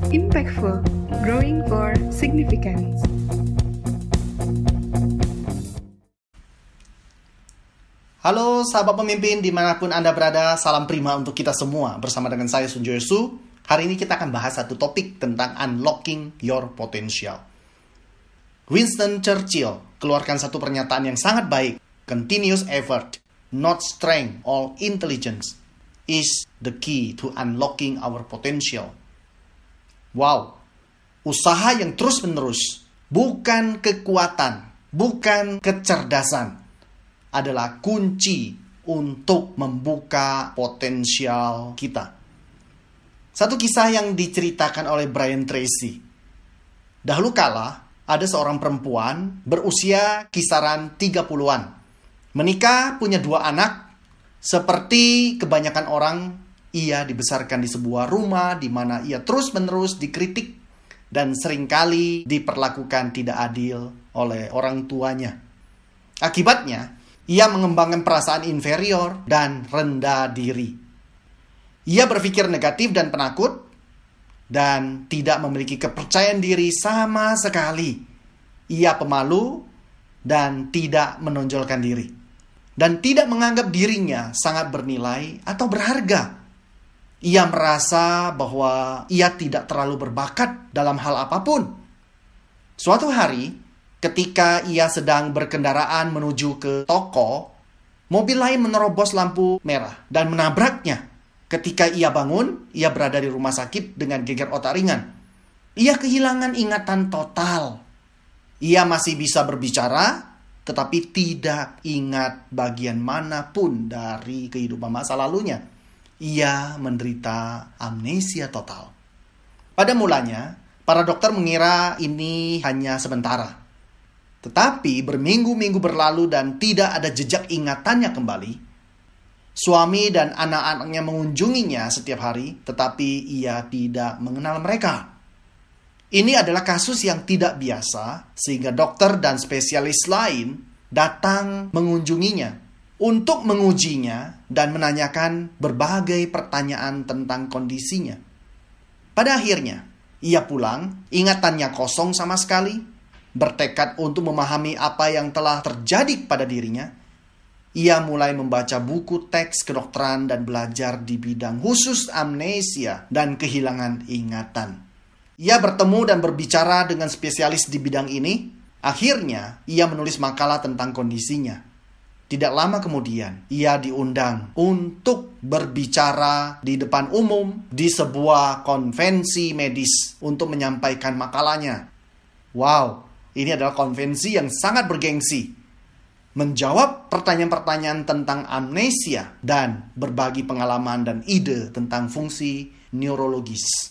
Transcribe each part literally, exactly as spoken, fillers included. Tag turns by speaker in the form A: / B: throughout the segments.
A: Impactful, growing for significance.
B: Halo sahabat pemimpin dimanapun Anda berada, salam prima untuk kita semua. Bersama dengan saya Sunjoyo Su. Hari ini kita akan bahas satu topik tentang unlocking your potential. Winston Churchill keluarkan satu pernyataan yang sangat baik. Continuous effort, not strength or intelligence, is the key to unlocking our potential. Wow, usaha yang terus-menerus, bukan kekuatan, bukan kecerdasan, adalah kunci untuk membuka potensial kita. Satu kisah yang diceritakan oleh Brian Tracy. Dahulu kala, ada seorang perempuan berusia kisaran tiga puluhan. Menikah, punya dua anak. Seperti kebanyakan orang, ia dibesarkan di sebuah rumah di mana ia terus-menerus dikritik dan seringkali diperlakukan tidak adil oleh orang tuanya. Akibatnya, ia mengembangkan perasaan inferior dan rendah diri. Ia berpikir negatif dan penakut, dan tidak memiliki kepercayaan diri sama sekali. Ia pemalu dan tidak menonjolkan diri. Dan tidak menganggap dirinya sangat bernilai atau berharga. Ia merasa bahwa ia tidak terlalu berbakat dalam hal apapun. Suatu hari, ketika ia sedang berkendaraan menuju ke toko, mobil lain menerobos lampu merah dan menabraknya. Ketika ia bangun, ia berada di rumah sakit dengan geger otak ringan. Ia kehilangan ingatan total. Ia masih bisa berbicara, tetapi tidak ingat bagian manapun dari kehidupan masa lalunya. Ia menderita amnesia total. Pada mulanya, para dokter mengira ini hanya sementara. Tetapi berminggu-minggu berlalu dan tidak ada jejak ingatannya kembali. Suami dan anak-anaknya mengunjunginya setiap hari, tetapi ia tidak mengenal mereka. Ini adalah kasus yang tidak biasa, sehingga dokter dan spesialis lain datang mengunjunginya untuk mengujinya dan menanyakan berbagai pertanyaan tentang kondisinya. Pada akhirnya, ia pulang, ingatannya kosong sama sekali. Bertekad untuk memahami apa yang telah terjadi pada dirinya, ia mulai membaca buku teks kedokteran dan belajar di bidang khusus amnesia dan kehilangan ingatan. Ia bertemu dan berbicara dengan spesialis di bidang ini. Akhirnya, ia menulis makalah tentang kondisinya. Tidak lama kemudian, ia diundang untuk berbicara di depan umum di sebuah konvensi medis untuk menyampaikan makalahnya. Wow! Ini adalah konvensi yang sangat bergengsi. Menjawab pertanyaan-pertanyaan tentang amnesia dan berbagi pengalaman dan ide tentang fungsi neurologis.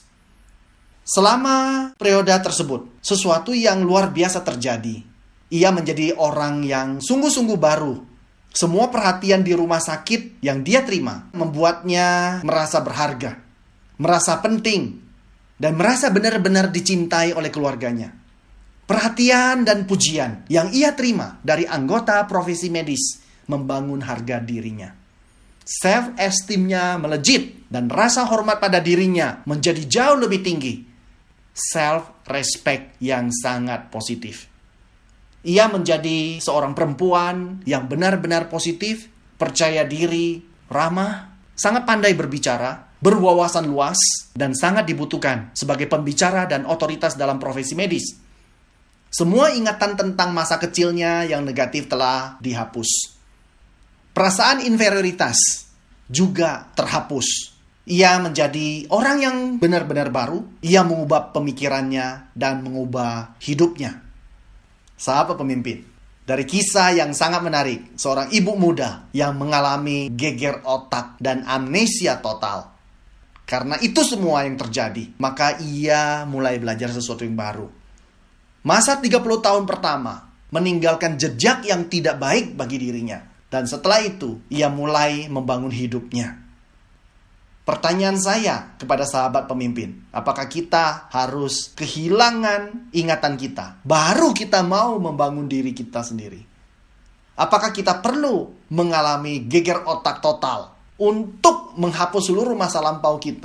B: Selama periode tersebut, sesuatu yang luar biasa terjadi. Ia menjadi orang yang sungguh-sungguh baru. Semua perhatian di rumah sakit yang dia terima membuatnya merasa berharga, merasa penting, dan merasa benar-benar dicintai oleh keluarganya. Perhatian dan pujian yang ia terima dari anggota profesi medis membangun harga dirinya. Self-esteem-nya melejit dan rasa hormat pada dirinya menjadi jauh lebih tinggi. Self-respect yang sangat positif. Ia menjadi seorang perempuan yang benar-benar positif, percaya diri, ramah, sangat pandai berbicara, berwawasan luas, dan sangat dibutuhkan sebagai pembicara dan otoritas dalam profesi medis. Semua ingatan tentang masa kecilnya yang negatif telah dihapus. Perasaan inferioritas juga terhapus. Ia menjadi orang yang benar-benar baru. Ia mengubah pemikirannya dan mengubah hidupnya. Sahabat pemimpin, dari kisah yang sangat menarik, seorang ibu muda yang mengalami geger otak dan amnesia total. Karena itu semua yang terjadi, maka ia mulai belajar sesuatu yang baru. Masa tiga puluh tahun pertama meninggalkan jejak yang tidak baik bagi dirinya. Dan setelah itu, ia mulai membangun hidupnya. Pertanyaan saya kepada sahabat pemimpin, apakah kita harus kehilangan ingatan kita, baru kita mau membangun diri kita sendiri? Apakah kita perlu mengalami geger otak total untuk menghapus seluruh masa lampau kita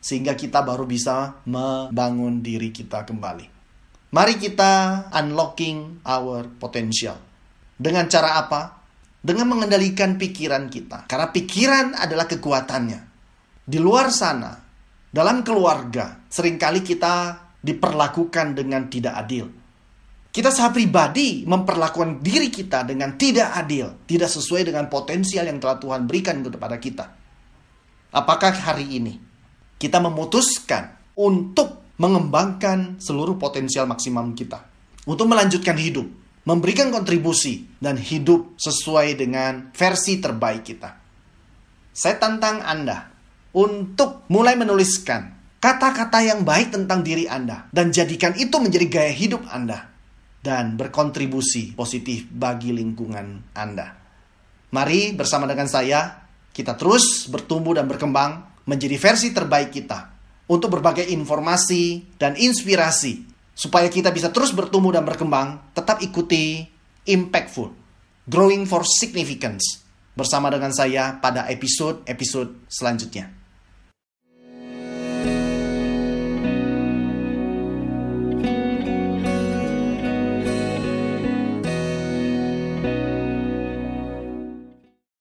B: sehingga kita baru bisa membangun diri kita kembali. Mari kita unlocking our potential. Dengan cara apa? Dengan mengendalikan pikiran kita. Karena pikiran adalah kekuatannya. Di luar sana, dalam keluarga, seringkali kita diperlakukan dengan tidak adil. Kita secara pribadi memperlakukan diri kita dengan tidak adil, tidak sesuai dengan potensial yang telah Tuhan berikan kepada kita. Apakah hari ini kita memutuskan untuk mengembangkan seluruh potensial maksimum kita, untuk melanjutkan hidup, memberikan kontribusi, dan hidup sesuai dengan versi terbaik kita? Saya tantang Anda untuk mulai menuliskan kata-kata yang baik tentang diri Anda, dan jadikan itu menjadi gaya hidup Anda, dan berkontribusi positif bagi lingkungan Anda. Mari bersama dengan saya, kita terus bertumbuh dan berkembang menjadi versi terbaik kita untuk berbagai informasi dan inspirasi, supaya kita bisa terus bertumbuh dan berkembang. Tetap ikuti Impactful, Growing for Significance bersama dengan saya pada episode-episode selanjutnya.